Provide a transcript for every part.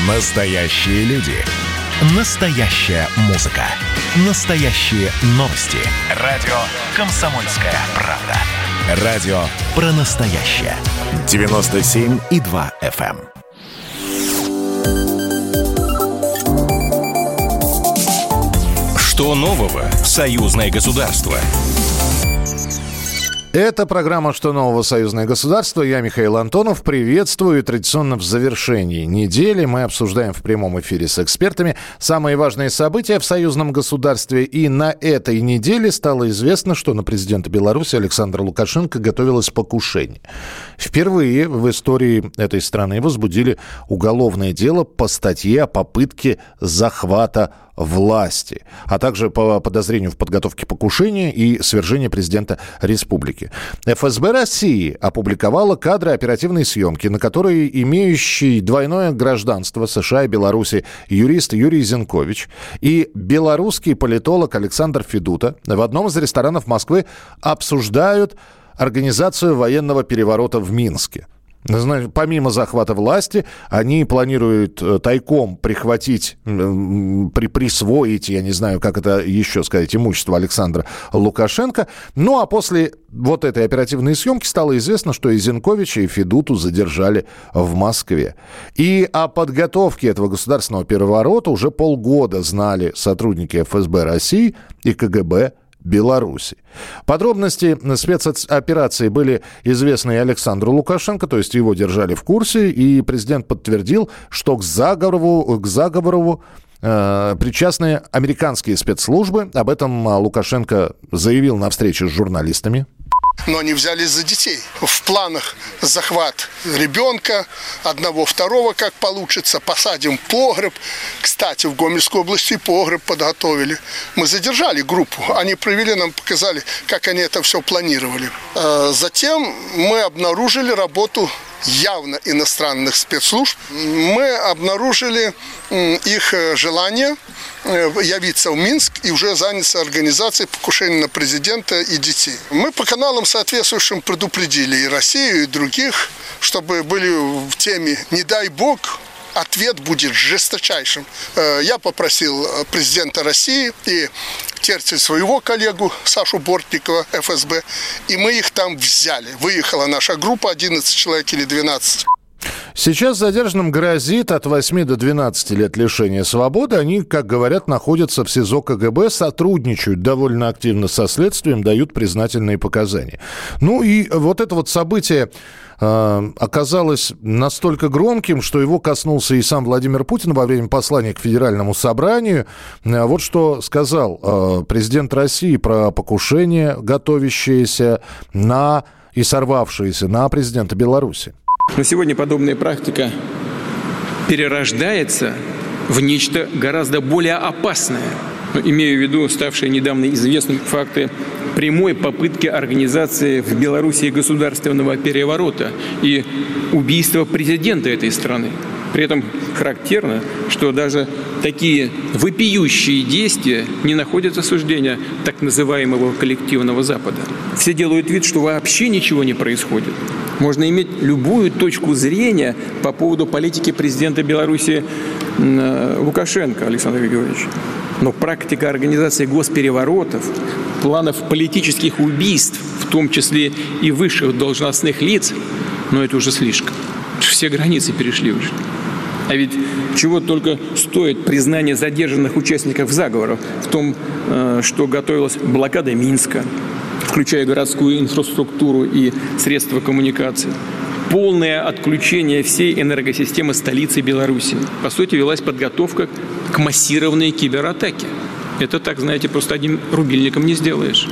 Настоящие люди. Настоящая музыка. Настоящие новости. Радио «Комсомольская правда». Радио про настоящее. 97,2 FM. Что нового в союзное государство? Это программа «Что нового? Союзное государство». Я Михаил Антонов. Приветствую. Традиционно в завершении недели мы обсуждаем в прямом эфире с экспертами самые важные события в союзном государстве. И на этой неделе стало известно, что на президента Беларуси Александра Лукашенко готовилось покушение. Впервые в истории этой страны возбудили уголовное дело по статье о попытке захвата власти, а также по подозрению в подготовке покушения и свержения президента республики. ФСБ России опубликовала кадры оперативной съемки, на которой имеющий двойное гражданство США и Беларуси юрист Юрий Зенкович и белорусский политолог Александр Федута в одном из ресторанов Москвы обсуждают организацию военного переворота в Минске. Помимо захвата власти, они планируют тайком прихватить, присвоить, я не знаю, как это еще сказать, имущество Александра Лукашенко. Ну, а после вот этой оперативной съемки стало известно, что и Зенковича, и Федуту задержали в Москве. И о подготовке этого государственного переворота уже полгода знали сотрудники ФСБ России и КГБ Беларуси. Подробности спецоперации были известны и Александру Лукашенко, то есть его держали в курсе, и президент подтвердил, что к заговору причастны американские спецслужбы. Об этом Лукашенко заявил на встрече с журналистами. Но они взялись за детей. В планах захват ребенка, одного, второго, как получится, посадим погреб. Кстати, в Гомельской области погреб подготовили. Мы задержали группу, они провели, нам показали, как они это все планировали. Затем мы обнаружили работу явно иностранных спецслужб. Мы обнаружили их желание явиться в Минск и уже заняться организацией покушения на президента и детей. Мы по каналам соответствующим предупредили и Россию, и других, чтобы были в теме «не дай бог», ответ будет жесточайшим. Я попросил президента России и Терцель своего коллегу Сашу Бортникова, ФСБ, и мы их там взяли. Выехала наша группа, 11 человек или 12. Сейчас задержанным грозит от 8 до 12 лет лишения свободы. Они, как говорят, находятся в СИЗО КГБ, сотрудничают довольно активно со следствием, дают признательные показания. Ну и вот это вот событие оказалось настолько громким, что его коснулся и сам Владимир Путин во время послания к Федеральному собранию. Вот что сказал президент России про покушение, готовящееся на и сорвавшееся на президента Беларуси. Но сегодня подобная практика перерождается в нечто гораздо более опасное. Имею в виду ставшие недавно известными факты прямой попытки организации в Беларуси государственного переворота и убийства президента этой страны. При этом характерно, что даже такие вопиющие действия не находят осуждения так называемого коллективного Запада. Все делают вид, что вообще ничего не происходит. Можно иметь любую точку зрения по поводу политики президента Беларуси Лукашенко Александра Григорьевича. Но практика организации госпереворотов, планов политических убийств, в том числе и высших должностных лиц, это уже слишком. Все границы перешли уже. А ведь чего только стоит признание задержанных участников заговора в том, что готовилась блокада Минска, включая городскую инфраструктуру и средства коммуникации. Полное отключение всей энергосистемы столицы Беларуси. По сути, велась подготовка к массированной кибератаке. Это так, знаете, просто одним рубильником не сделаешь.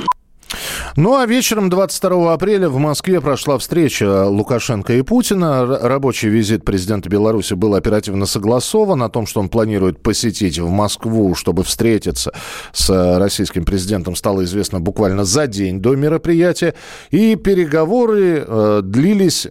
Ну а вечером 22 апреля в Москве прошла встреча Лукашенко и Путина. Рабочий визит президента Беларуси был оперативно согласован. О том, что он планирует посетить в Москву, чтобы встретиться с российским президентом, стало известно буквально за день до мероприятия. И переговоры длились,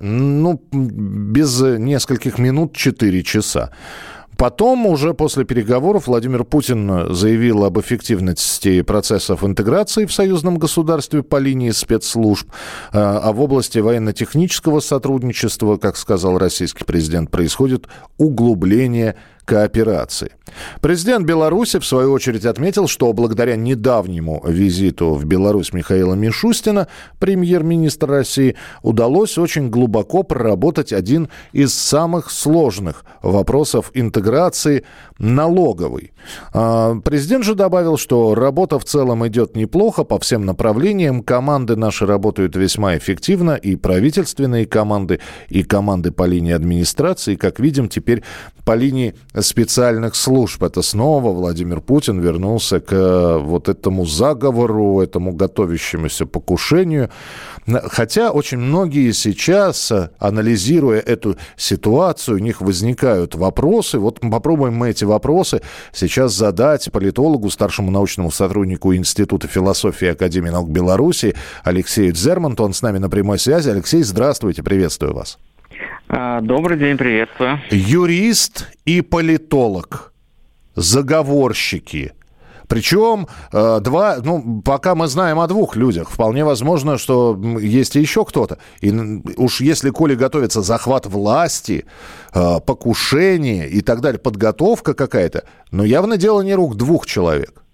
без нескольких минут 4 часа. Потом, уже после переговоров, Владимир Путин заявил об эффективности процессов интеграции в союзном государстве по линии спецслужб, а в области военно-технического сотрудничества, как сказал российский президент, происходит углубление кооперации. Президент Беларуси, в свою очередь, отметил, что благодаря недавнему визиту в Беларусь Михаила Мишустина, премьер-министра России, удалось очень глубоко проработать один из самых сложных вопросов интеграции – налоговый. Президент же добавил, что работа в целом идет неплохо по всем направлениям. Команды наши работают весьма эффективно, и правительственные команды, и команды по линии администрации, как видим, теперь по линии специальных служб. Это снова Владимир Путин вернулся к вот этому заговору, этому готовящемуся покушению. Хотя очень многие сейчас, анализируя эту ситуацию, у них возникают вопросы. Вот попробуем мы эти вопросы сейчас задать политологу, старшему научному сотруднику Института философии Академии наук Беларуси Алексею Дзерманту. Он с нами на прямой связи. Алексей, здравствуйте, приветствую вас. Добрый день, приветствую. Юрист и политолог, заговорщики. Причем пока мы знаем о двух людях. Вполне возможно, что есть и еще кто-то. И уж если, коли готовится захват власти, покушение и так далее, подготовка какая-то, но явно дело не рук двух человек.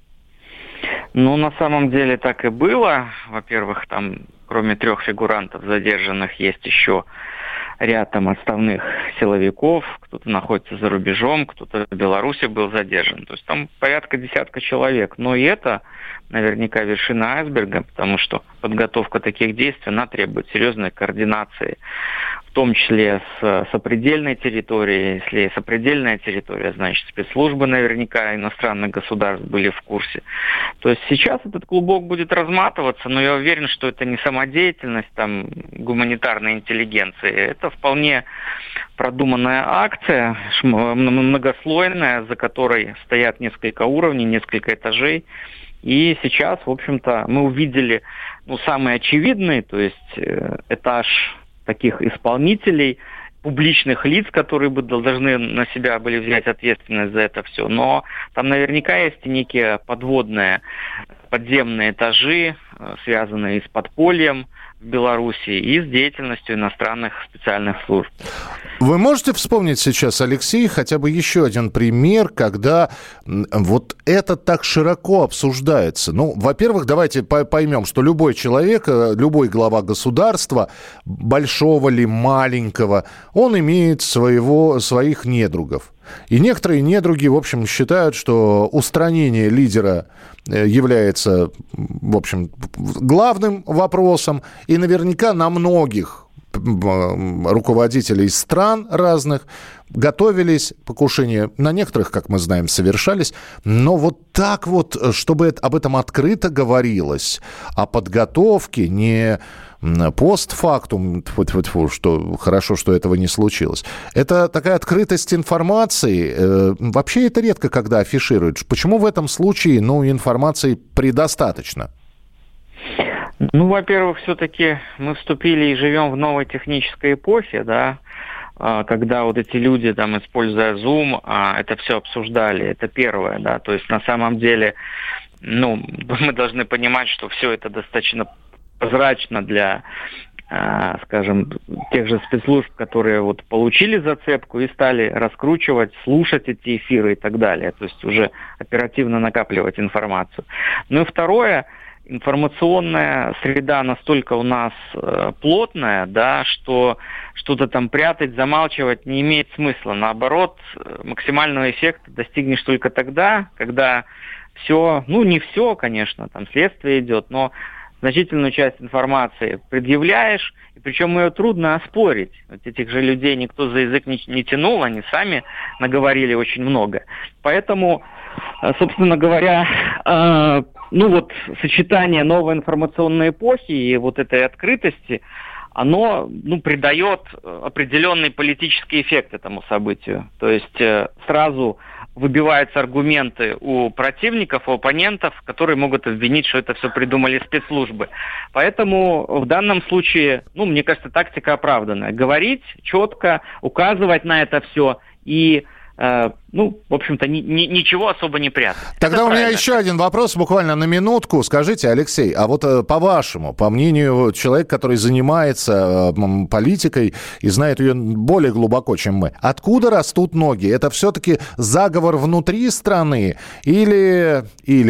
Ну, на самом деле так и было. Во-первых, там, кроме 3 фигурантов задержанных, есть еще ряд там отставных силовиков, кто-то находится за рубежом, кто-то в Беларуси был задержан. То есть там порядка десятка человек. Но и это наверняка вершина айсберга, потому что подготовка таких действий, она требует серьезной координации, в том числе с сопредельной территорией. Если сопредельная территория, значит, спецслужбы наверняка иностранных государств были в курсе. То есть сейчас этот клубок будет разматываться, но я уверен, что это не самодеятельность там гуманитарной интеллигенции. Это вполне продуманная акция, многослойная, за которой стоят несколько уровней, несколько этажей. И сейчас, в общем-то, мы увидели самый очевидный, то есть этаж таких исполнителей, публичных лиц, которые бы должны на себя были взять ответственность за это все. Но там наверняка есть и некие подземные этажи, связанные с подпольем в Беларуси и с деятельностью иностранных специальных служб. Вы можете вспомнить сейчас, Алексей, хотя бы еще один пример, когда вот это так широко обсуждается? Ну, во-первых, давайте поймем, что любой человек, любой глава государства, большого ли, маленького, он имеет своих недругов. И некоторые недруги, в общем, считают, что устранение лидера является, в общем, главным вопросом. И наверняка на многих руководителей стран разных готовились, покушения на некоторых, как мы знаем, совершались, но вот так вот, чтобы об этом открыто говорилось, о подготовке, не постфактум, что хорошо, что этого не случилось. Это такая открытость информации. Вообще это редко когда афишируют. Почему в этом случае, информации предостаточно? Во-первых, все-таки мы вступили и живем в новой технической эпохе, да, когда вот эти люди, там, используя Zoom, это все обсуждали. Это первое, да. То есть на самом деле, мы должны понимать, что все это достаточно прозрачно для, скажем, тех же спецслужб, которые вот получили зацепку и стали раскручивать, слушать эти эфиры и так далее. То есть уже оперативно накапливать информацию. Ну и второе, информационная среда настолько у нас плотная, да, что что-то там прятать, замалчивать не имеет смысла. Наоборот, максимального эффекта достигнешь только тогда, когда все, не все, конечно, там следствие идет, но значительную часть информации предъявляешь, и причем ее трудно оспорить. Вот этих же людей никто за язык не тянул, они сами наговорили очень много. Поэтому, собственно говоря, сочетание новой информационной эпохи и вот этой открытости, оно, придает определенный политический эффект этому событию. То есть сразу выбиваются аргументы у противников, у оппонентов, которые могут обвинить, что это все придумали спецслужбы. Поэтому в данном случае, мне кажется, тактика оправданная. Говорить четко, указывать на это все и в общем-то, ничего особо не прятать. Тогда у меня еще один вопрос, буквально на минутку. Скажите, Алексей, а вот по-вашему, по мнению человека, который занимается политикой и знает ее более глубоко, чем мы, откуда растут ноги? Это все-таки заговор внутри страны или...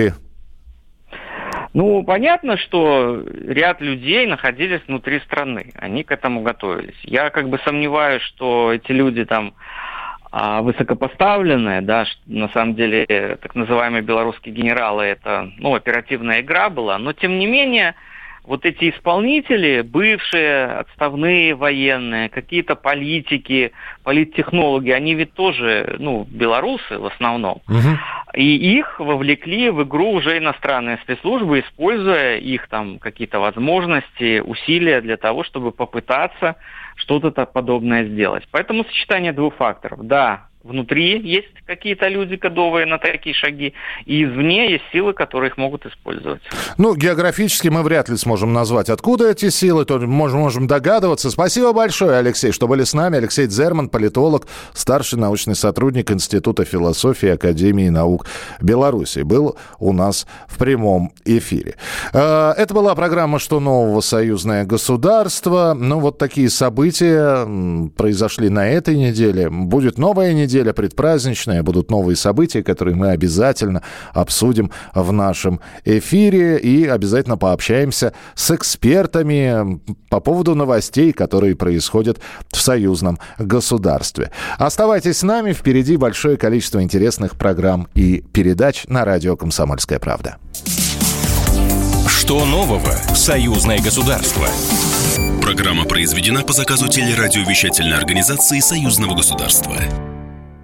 Понятно, что ряд людей находились внутри страны. Они к этому готовились. Я сомневаюсь, что эти люди там высокопоставленные, да, что на самом деле так называемые белорусские генералы, это, оперативная игра была, но тем не менее вот эти исполнители, бывшие отставные военные, какие-то политики, политтехнологи, они ведь тоже, белорусы в основном. И их вовлекли в игру уже иностранные спецслужбы, используя их там какие-то возможности, усилия для того, чтобы попытаться что-то подобное сделать. Поэтому сочетание двух факторов. Да, внутри есть какие-то люди, готовые на такие шаги, и извне есть силы, которые их могут использовать. Географически мы вряд ли сможем назвать, откуда эти силы, то можем догадываться. Спасибо большое, Алексей, что были с нами. Алексей Дзерман, политолог, старший научный сотрудник Института философии Академии наук Беларуси, был у нас в прямом эфире. Это была программа «Что нового? Союзное государство». Вот такие события произошли на этой неделе. Будет новая неделя предпраздничная, будут новые события, которые мы обязательно обсудим в нашем эфире и обязательно пообщаемся с экспертами по поводу новостей, которые происходят в союзном государстве. Оставайтесь с нами, впереди большое количество интересных программ и передач на радио «Комсомольская правда». Что нового в союзное государство? Программа произведена по заказу телерадиовещательной организации Союзного государства.